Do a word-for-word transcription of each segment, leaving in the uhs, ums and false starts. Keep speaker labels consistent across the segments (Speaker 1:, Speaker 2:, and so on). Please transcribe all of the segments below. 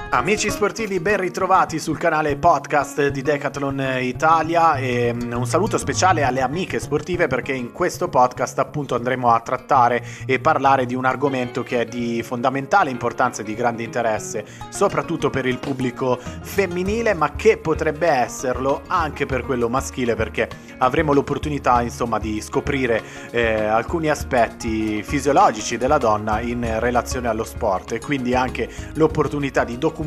Speaker 1: Amici sportivi, ben ritrovati sul canale podcast di Decathlon Italia e un saluto speciale alle amiche sportive, perché in questo podcast appunto andremo a trattare e parlare di un argomento che è di fondamentale importanza e di grande interesse soprattutto per il pubblico femminile, ma che potrebbe esserlo anche per quello maschile, perché avremo l'opportunità insomma di scoprire eh, alcuni aspetti fisiologici della donna in relazione allo sport, e quindi anche l'opportunità di documentarci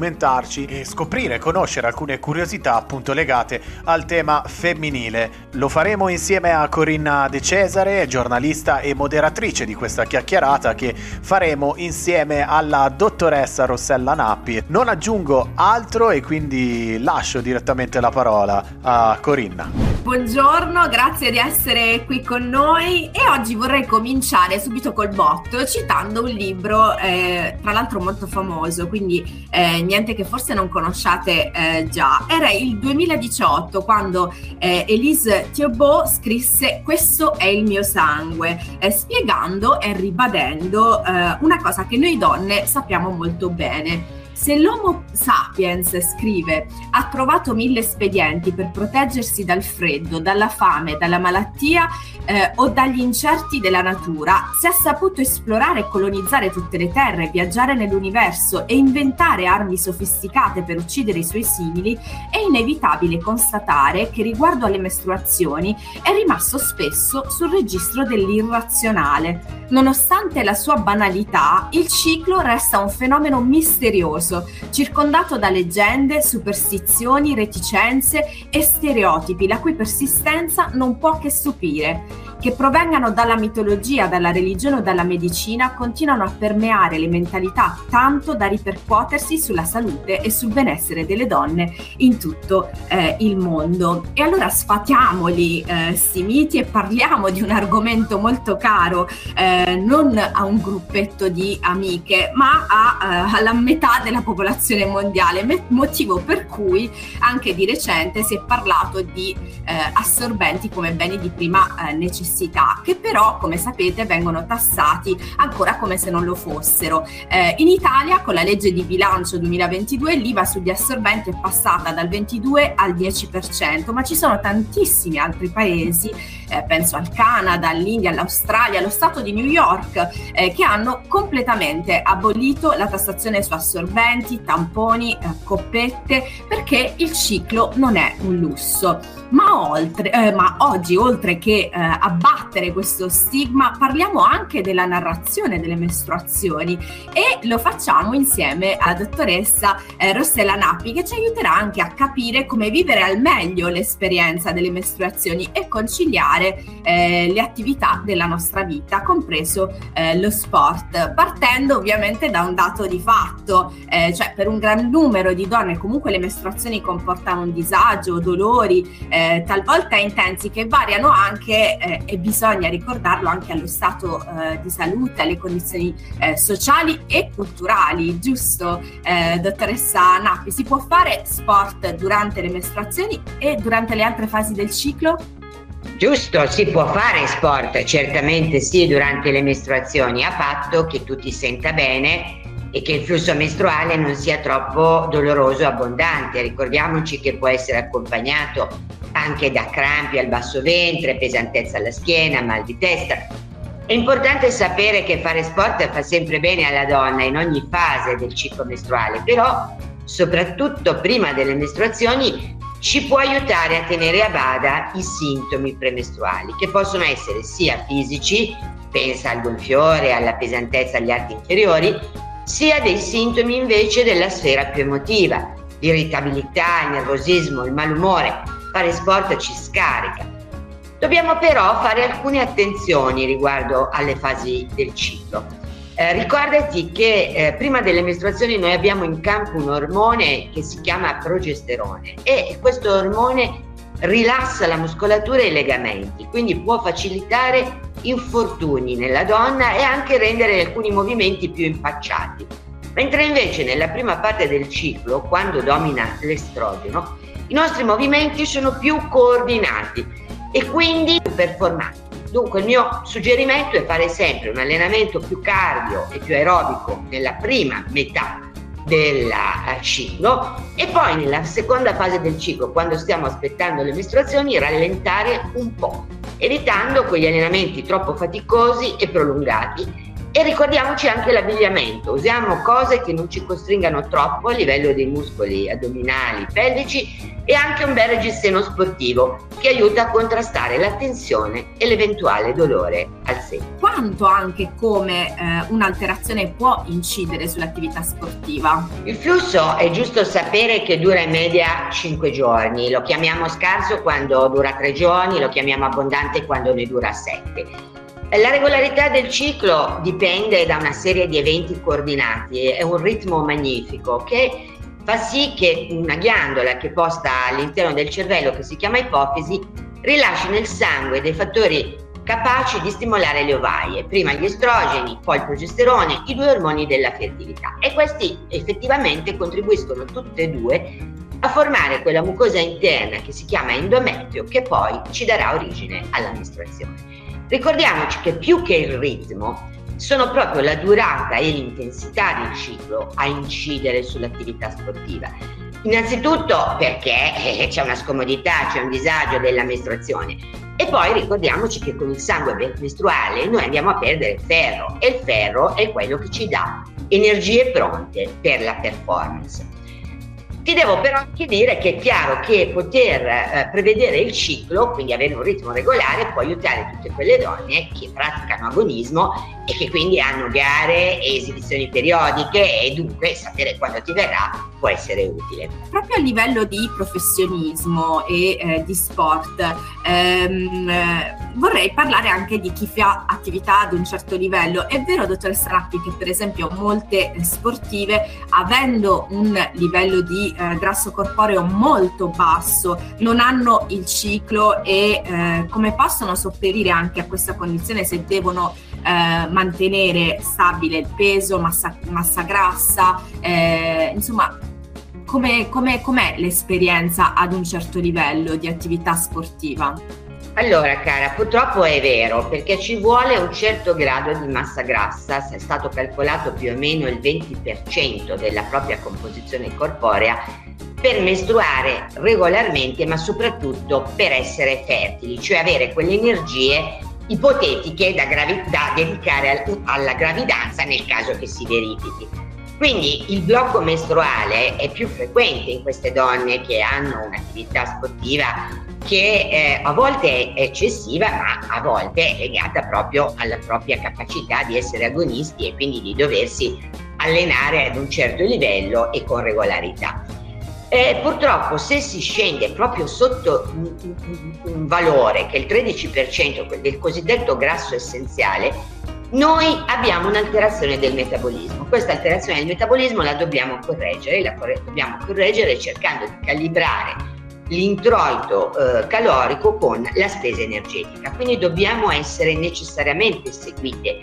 Speaker 1: e scoprire, conoscere alcune curiosità appunto legate al tema femminile. Lo faremo insieme a Corinna De Cesare, giornalista e moderatrice di questa chiacchierata, che faremo insieme alla dottoressa Rossella Nappi. Non aggiungo altro e quindi lascio direttamente la parola a Corinna.
Speaker 2: Buongiorno, grazie di essere qui con noi, e oggi vorrei cominciare subito col botto citando un libro eh, tra l'altro molto famoso, quindi eh, niente che forse non conosciate eh, già. Era il duemiladiciotto quando eh, Elise Thiebaud scrisse "Questo è il mio sangue", eh, spiegando e ribadendo eh, una cosa che noi donne sappiamo molto bene. Se l'Homo sapiens, scrive, ha trovato mille espedienti per proteggersi dal freddo, dalla fame, dalla malattia eh, o dagli incerti della natura, se ha saputo esplorare e colonizzare tutte le terre, viaggiare nell'universo e inventare armi sofisticate per uccidere i suoi simili, è inevitabile constatare che riguardo alle mestruazioni è rimasto spesso sul registro dell'irrazionale. Nonostante la sua banalità, il ciclo resta un fenomeno misterioso, circondato da leggende, superstizioni, reticenze e stereotipi, la cui persistenza non può che stupire. Che provengano dalla mitologia, dalla religione o dalla medicina, continuano a permeare le mentalità tanto da ripercuotersi sulla salute e sul benessere delle donne in tutto eh, il mondo. E allora sfatiamoli eh, sti miti e parliamo di un argomento molto caro eh, non a un gruppetto di amiche, ma a, eh, alla metà della popolazione mondiale, motivo per cui anche di recente si è parlato di eh, assorbenti come beni di prima eh, necessità, che però, come sapete, vengono tassati ancora come se non lo fossero. Eh, in Italia, con la legge di bilancio duemilaventidue, l'I V A sugli assorbenti è passata dal ventidue al dieci per cento, ma ci sono tantissimi altri paesi, eh, penso al Canada, all'India, all'Australia, allo stato di New York, eh, che hanno completamente abolito la tassazione su assorbenti, tamponi, eh, coppette, perché il ciclo non è un lusso. Ma, oltre, eh, ma oggi, oltre che eh, abbattere questo stigma, parliamo anche della narrazione delle mestruazioni, e lo facciamo insieme alla dottoressa eh, Rossella Nappi, che ci aiuterà anche a capire come vivere al meglio l'esperienza delle mestruazioni e conciliare eh, le attività della nostra vita, compreso eh, lo sport, partendo ovviamente da un dato di fatto, eh, cioè per un gran numero di donne comunque le mestruazioni comportano un disagio, dolori, eh, talvolta intensi, che variano anche, eh, e bisogna ricordarlo, anche allo stato eh, di salute, alle condizioni eh, sociali e culturali, giusto eh, dottoressa Nappi? Si può fare sport durante le mestruazioni e durante le altre fasi del ciclo?
Speaker 3: Giusto, si può fare sport, certamente sì, durante le mestruazioni, a patto che tu ti senta bene e che il flusso mestruale non sia troppo doloroso o abbondante. Ricordiamoci che può essere accompagnato anche da crampi al basso ventre, pesantezza alla schiena, mal di testa. È importante sapere che fare sport fa sempre bene alla donna in ogni fase del ciclo mestruale, però soprattutto prima delle mestruazioni ci può aiutare a tenere a bada i sintomi premestruali, che possono essere sia fisici, pensa al gonfiore, alla pesantezza agli arti inferiori, sia dei sintomi invece della sfera più emotiva, l'irritabilità, il nervosismo, il malumore. Fare sport ci scarica. Dobbiamo però fare alcune attenzioni riguardo alle fasi del ciclo. Eh, ricordati che eh, prima delle mestruazioni noi abbiamo in campo un ormone che si chiama progesterone, e questo ormone rilassa la muscolatura e i legamenti, quindi può facilitare infortuni nella donna e anche rendere alcuni movimenti più impacciati. Mentre invece nella prima parte del ciclo, quando domina l'estrogeno, i nostri movimenti sono più coordinati e quindi più performanti. Dunque il mio suggerimento è fare sempre un allenamento più cardio e più aerobico nella prima metà del ciclo, e poi nella seconda fase del ciclo, quando stiamo aspettando le mestruazioni, rallentare un po', evitando quegli allenamenti troppo faticosi e prolungati. E ricordiamoci anche l'abbigliamento, usiamo cose che non ci costringano troppo a livello dei muscoli addominali, pelvici, e anche un bel reggiseno sportivo che aiuta a contrastare la tensione e l'eventuale dolore al seno.
Speaker 2: Quanto anche come eh, un'alterazione può incidere sull'attività sportiva?
Speaker 3: Il flusso è giusto sapere che dura in media cinque giorni, lo chiamiamo scarso quando dura tre giorni, lo chiamiamo abbondante quando ne dura sette. La regolarità del ciclo dipende da una serie di eventi coordinati, è un ritmo magnifico che fa sì che una ghiandola che posta all'interno del cervello, che si chiama ipofisi, rilasci nel sangue dei fattori capaci di stimolare le ovaie, prima gli estrogeni, poi il progesterone, i due ormoni della fertilità, e questi effettivamente contribuiscono tutti e due a formare quella mucosa interna che si chiama endometrio, che poi ci darà origine alla mestruazione. Ricordiamoci che più che il ritmo sono proprio la durata e l'intensità del ciclo a incidere sull'attività sportiva. Innanzitutto perché c'è una scomodità, c'è un disagio della mestruazione, e poi ricordiamoci che con il sangue mestruale noi andiamo a perdere ferro, e il ferro è quello che ci dà energie pronte per la performance. Ti devo però anche dire che è chiaro che poter eh, prevedere il ciclo, quindi avere un ritmo regolare, può aiutare tutte quelle donne che praticano agonismo e che quindi hanno gare e esibizioni periodiche, e dunque sapere quando ti verrà può essere utile.
Speaker 2: Proprio a livello di professionismo e eh, di sport, ehm, eh, vorrei parlare anche di chi fa attività ad un certo livello. È vero, dottoressa Nappi, che per esempio molte sportive, avendo un livello di eh, grasso corporeo molto basso, non hanno il ciclo, e eh, come possono sopperire anche a questa condizione se devono eh, mantenere stabile il peso, massa, massa grassa, eh, insomma, come, come, com'è l'esperienza ad un certo livello di attività sportiva?
Speaker 3: Allora cara, purtroppo è vero, perché ci vuole un certo grado di massa grassa, è stato calcolato più o meno il venti per cento della propria composizione corporea, per mestruare regolarmente, ma soprattutto per essere fertili, cioè avere quelle energie ipotetiche da, gravi- da dedicare al- alla gravidanza nel caso che si verifichi. Quindi il blocco mestruale è più frequente in queste donne che hanno un'attività sportiva che eh, a volte è eccessiva, ma a volte è legata proprio alla propria capacità di essere agonisti e quindi di doversi allenare ad un certo livello e con regolarità. Eh, purtroppo se si scende proprio sotto un, un, un valore che è il tredici per cento del cosiddetto grasso essenziale, noi abbiamo un'alterazione del metabolismo. Questa alterazione del metabolismo la dobbiamo correggere, la corre- dobbiamo correggere cercando di calibrare l'introito eh, calorico con la spesa energetica. Quindi dobbiamo essere necessariamente seguite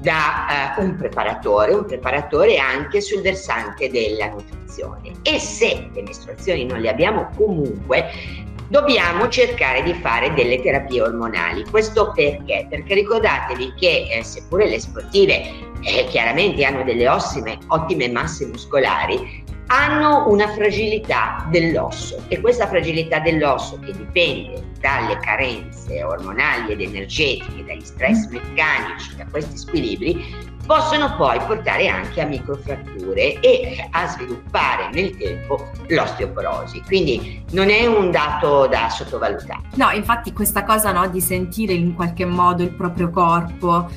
Speaker 3: da uh, un preparatore, un preparatore anche sul versante della nutrizione. E se le mestruazioni non le abbiamo comunque, dobbiamo cercare di fare delle terapie ormonali. Questo perché? Perché ricordatevi che eh, seppure le sportive eh, chiaramente hanno delle ossime, ottime masse muscolari, hanno una fragilità dell'osso, e questa fragilità dell'osso, che dipende dalle carenze ormonali ed energetiche, dagli stress meccanici, da questi squilibri, possono poi portare anche a microfratture e a sviluppare nel tempo l'osteoporosi. Quindi non è un dato da sottovalutare.
Speaker 2: No, infatti questa cosa, no, di sentire in qualche modo il proprio corpo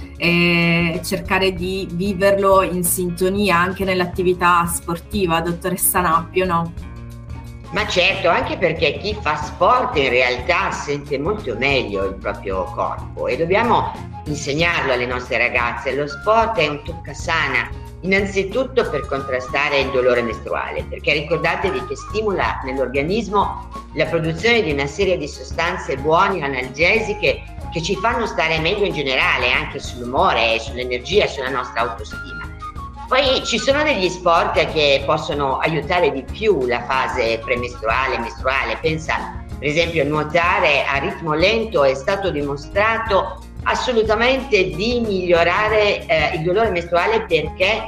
Speaker 2: e cercare di viverlo in sintonia anche nell'attività sportiva, dottoressa Nappi, o no?
Speaker 3: Ma certo, anche perché chi fa sport in realtà sente molto meglio il proprio corpo, e dobbiamo insegnarlo alle nostre ragazze. Lo sport è un toccasana innanzitutto per contrastare il dolore mestruale, perché ricordatevi che stimola nell'organismo la produzione di una serie di sostanze buone, analgesiche, che ci fanno stare meglio in generale, anche sull'umore, sull'energia, sulla nostra autostima. Poi ci sono degli sport che possono aiutare di più la fase premestruale, mestruale. Pensa per esempio a nuotare a ritmo lento, è stato dimostrato assolutamente di migliorare eh, il dolore mestruale, perché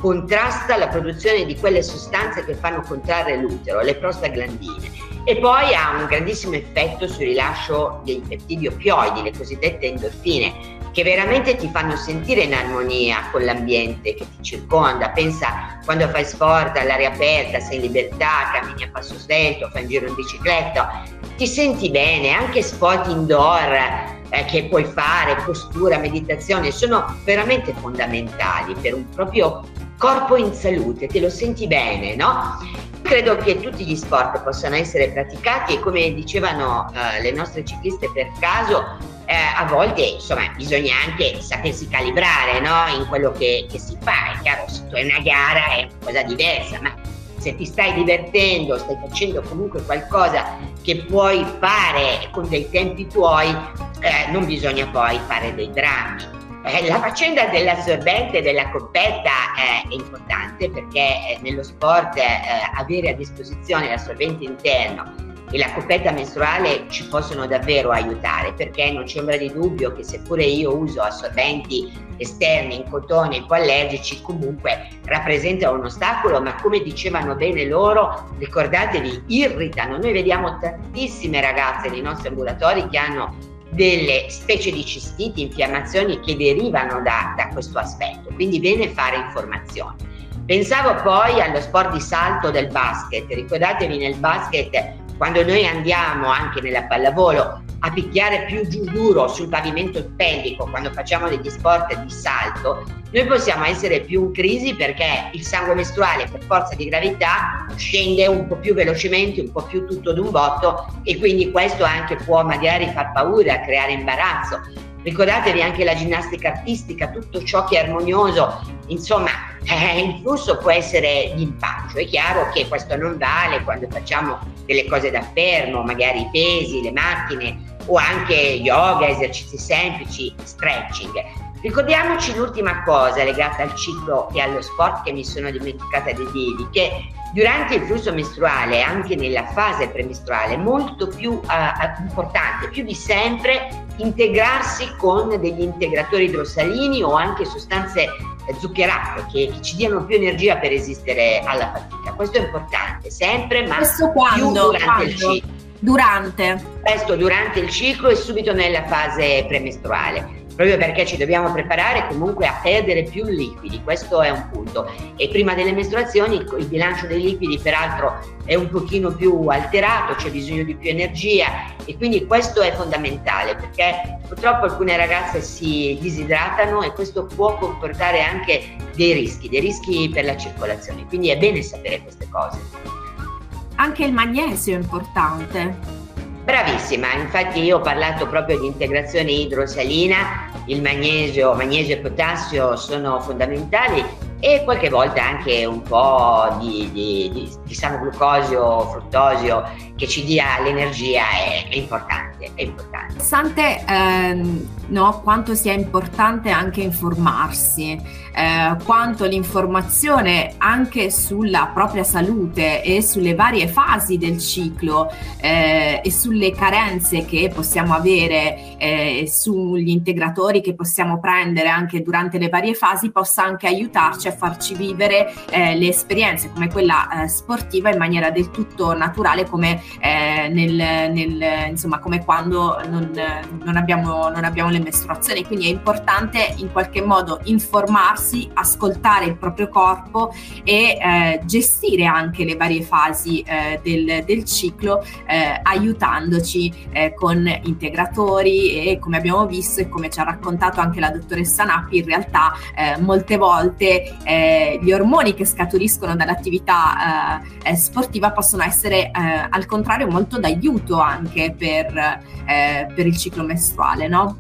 Speaker 3: contrasta la produzione di quelle sostanze che fanno contrarre l'utero, le prostaglandine, e poi ha un grandissimo effetto sul rilascio dei peptidi oppioidi, le cosiddette endorfine, che veramente ti fanno sentire in armonia con l'ambiente che ti circonda. Pensa quando fai sport all'aria aperta, sei in libertà, cammini a passo svelto, fai un giro in bicicletta, ti senti bene. Anche sport indoor eh, che puoi fare, postura, meditazione, sono veramente fondamentali per un proprio corpo in salute, te lo senti bene, no? Credo che tutti gli sport possano essere praticati e, come dicevano eh, le nostre cicliste per caso, eh, a volte insomma bisogna anche sapersi calibrare, no? In quello che, che si fa. È chiaro, se tu hai una gara è una cosa diversa, ma se ti stai divertendo, stai facendo comunque qualcosa che puoi fare con dei tempi tuoi, eh, non bisogna poi fare dei drammi. Eh, la faccenda dell'assorbente della coppetta eh, è importante, perché eh, nello sport eh, avere a disposizione l'assorbente interno e la coppetta mestruale ci possono davvero aiutare, perché non c'è ombra di dubbio che seppure io uso assorbenti esterni in cotone ipoallergici, comunque rappresentano un ostacolo, ma come dicevano bene loro, ricordatevi, irritano. Noi vediamo tantissime ragazze nei nostri ambulatori che hanno delle specie di cistiti, infiammazioni che derivano da, da questo aspetto, quindi bene fare informazioni. Pensavo poi allo sport di salto del basket. Ricordatevi, nel basket, quando noi andiamo anche nella pallavolo a picchiare più giù duro sul pavimento pelvico, quando facciamo degli sport di salto, noi possiamo essere più in crisi, perché il sangue mestruale, per forza di gravità, scende un po' più velocemente, un po' più tutto d'un botto, e quindi questo anche può magari far paura, creare imbarazzo. Ricordatevi anche la ginnastica artistica, tutto ciò che è armonioso, insomma eh, il flusso può essere d'impaccio. È chiaro che questo non vale quando facciamo delle cose da fermo, magari i pesi, le macchine, o anche yoga, esercizi semplici, stretching. Ricordiamoci l'ultima cosa legata al ciclo e allo sport che mi sono dimenticata di dirvi, che durante il flusso mestruale, anche nella fase premestruale, è molto più uh, importante, più di sempre, integrarsi con degli integratori idrosalini o anche sostanze zuccherate che, che ci diano più energia per resistere alla fatica. Questo è importante, sempre, ma
Speaker 2: questo quando?
Speaker 3: più durante
Speaker 2: Quando?
Speaker 3: il ciclo.
Speaker 2: Durante?
Speaker 3: Questo durante il ciclo e subito nella fase premestruale, proprio perché ci dobbiamo preparare comunque a perdere più liquidi. Questo è un punto. E prima delle mestruazioni il bilancio dei liquidi peraltro è un pochino più alterato, c'è bisogno di più energia, e quindi questo è fondamentale, perché purtroppo alcune ragazze si disidratano e questo può comportare anche dei rischi, dei rischi per la circolazione, quindi è bene sapere queste cose.
Speaker 2: Anche il magnesio è importante.
Speaker 3: Bravissima, infatti io ho parlato proprio di integrazione idrosalina. Il magnesio, magnesio e potassio sono fondamentali, e qualche volta anche un po' di, di, di, di sano glucosio, fruttosio che ci dia l'energia è, è importante, è importante.
Speaker 2: Sante ehm, no, quanto sia importante anche informarsi, eh, quanto l'informazione anche sulla propria salute e sulle varie fasi del ciclo eh, e sulle carenze che possiamo avere, eh, sugli integratori che possiamo prendere anche durante le varie fasi, possa anche aiutarci a farci vivere eh, le esperienze come quella eh, sportiva in maniera del tutto naturale, come eh, nel, nel insomma come quando non, non abbiamo non abbiamo le mestruazioni. Quindi è importante in qualche modo informarsi, ascoltare il proprio corpo e eh, gestire anche le varie fasi eh, del, del ciclo, eh, aiutandoci eh, con integratori, e come abbiamo visto e come ci ha raccontato anche la dottoressa Nappi, in realtà eh, molte volte eh, gli ormoni che scaturiscono dall'attività eh, sportiva possono essere eh, al contrario molto d'aiuto anche per, eh, per il ciclo mestruale, no?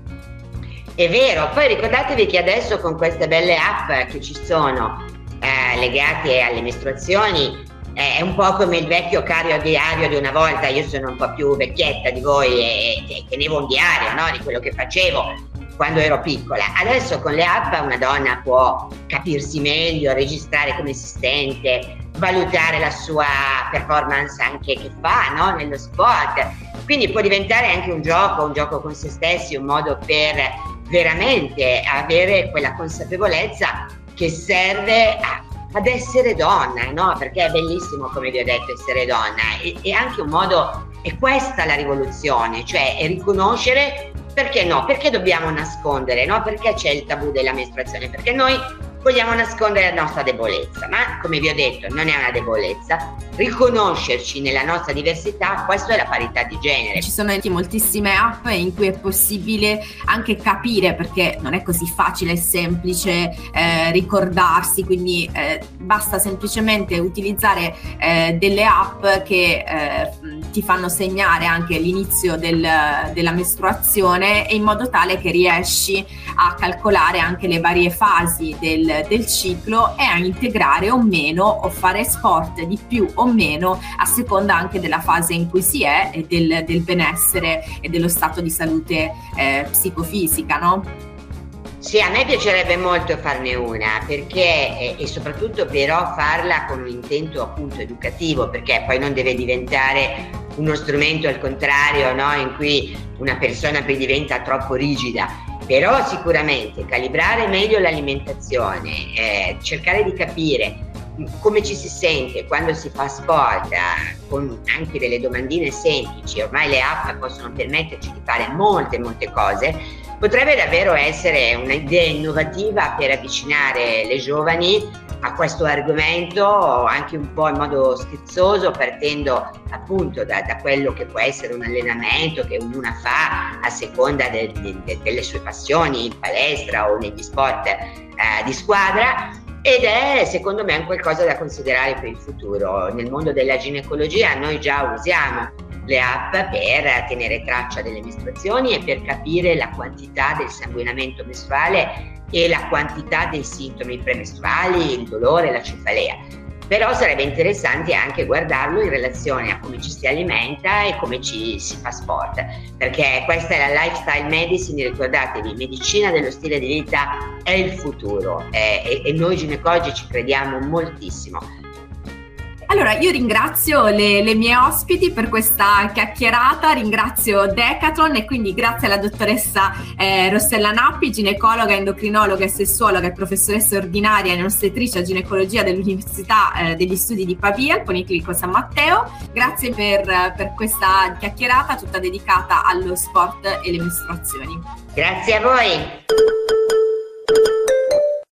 Speaker 3: È vero, poi ricordatevi che adesso con queste belle app che ci sono eh, legate alle mestruazioni, eh, è un po' come il vecchio cario diario di una volta. Io sono un po' più vecchietta di voi e, e tenevo un diario, no, di quello che facevo quando ero piccola. Adesso con le app una donna può capirsi meglio, registrare come si sente, valutare la sua performance anche che fa, no, nello sport. Quindi può diventare anche un gioco, un gioco con se stessi, un modo per veramente avere quella consapevolezza che serve a ad essere donna, no? Perché è bellissimo, come vi ho detto, essere donna, e, e anche un modo, è questa la rivoluzione, cioè è riconoscere, perché no? Perché dobbiamo nascondere, no? Perché c'è il tabù della mestruazione? Perché noi vogliamo nascondere la nostra debolezza, ma come vi ho detto non è una debolezza, riconoscerci nella nostra diversità, questo è la parità di genere.
Speaker 2: Ci sono anche moltissime app in cui è possibile anche capire, perché non è così facile e semplice eh, ricordarsi, quindi eh, basta semplicemente utilizzare eh, delle app che eh, ti fanno segnare anche l'inizio del, della mestruazione, e in modo tale che riesci a calcolare anche le varie fasi del del ciclo e a integrare o meno o fare sport di più o meno a seconda anche della fase in cui si è e del, del benessere e dello stato di salute eh, psicofisica, no?
Speaker 3: Sì, a me piacerebbe molto farne una, perché e, e soprattutto però farla con un intento appunto educativo, perché poi non deve diventare uno strumento al contrario, no? In cui una persona poi diventa troppo rigida. Però sicuramente calibrare meglio l'alimentazione, eh, cercare di capire come ci si sente quando si fa sport, eh, con anche delle domandine semplici, ormai le app possono permetterci di fare molte molte cose, potrebbe davvero essere un'idea innovativa per avvicinare le giovani a questo argomento, anche un po' in modo scherzoso, partendo appunto da, da quello che può essere un allenamento che ognuna fa a seconda de, de, de, delle sue passioni in palestra o negli sport eh, di squadra, ed è secondo me un qualcosa da considerare per il futuro. Nel mondo della ginecologia noi già usiamo le app per tenere traccia delle mestruazioni e per capire la quantità del sanguinamento mestruale e la quantità dei sintomi premestruali, il dolore, la cefalea. Però sarebbe interessante anche guardarlo in relazione a come ci si alimenta e come ci si fa sport, perché questa è la lifestyle medicine, ricordatevi, medicina dello stile di vita è il futuro, eh, e, e noi ginecologi ci crediamo moltissimo.
Speaker 2: Allora, io ringrazio le, le mie ospiti per questa chiacchierata, ringrazio Decathlon e quindi grazie alla dottoressa eh, Rossella Nappi, ginecologa, endocrinologa e sessuologa e professoressa ordinaria in ostetricia e ginecologia dell'Università eh, degli Studi di Pavia, il Policlinico San Matteo. Grazie per, per questa chiacchierata tutta dedicata allo sport e le mestruazioni.
Speaker 3: Grazie a voi.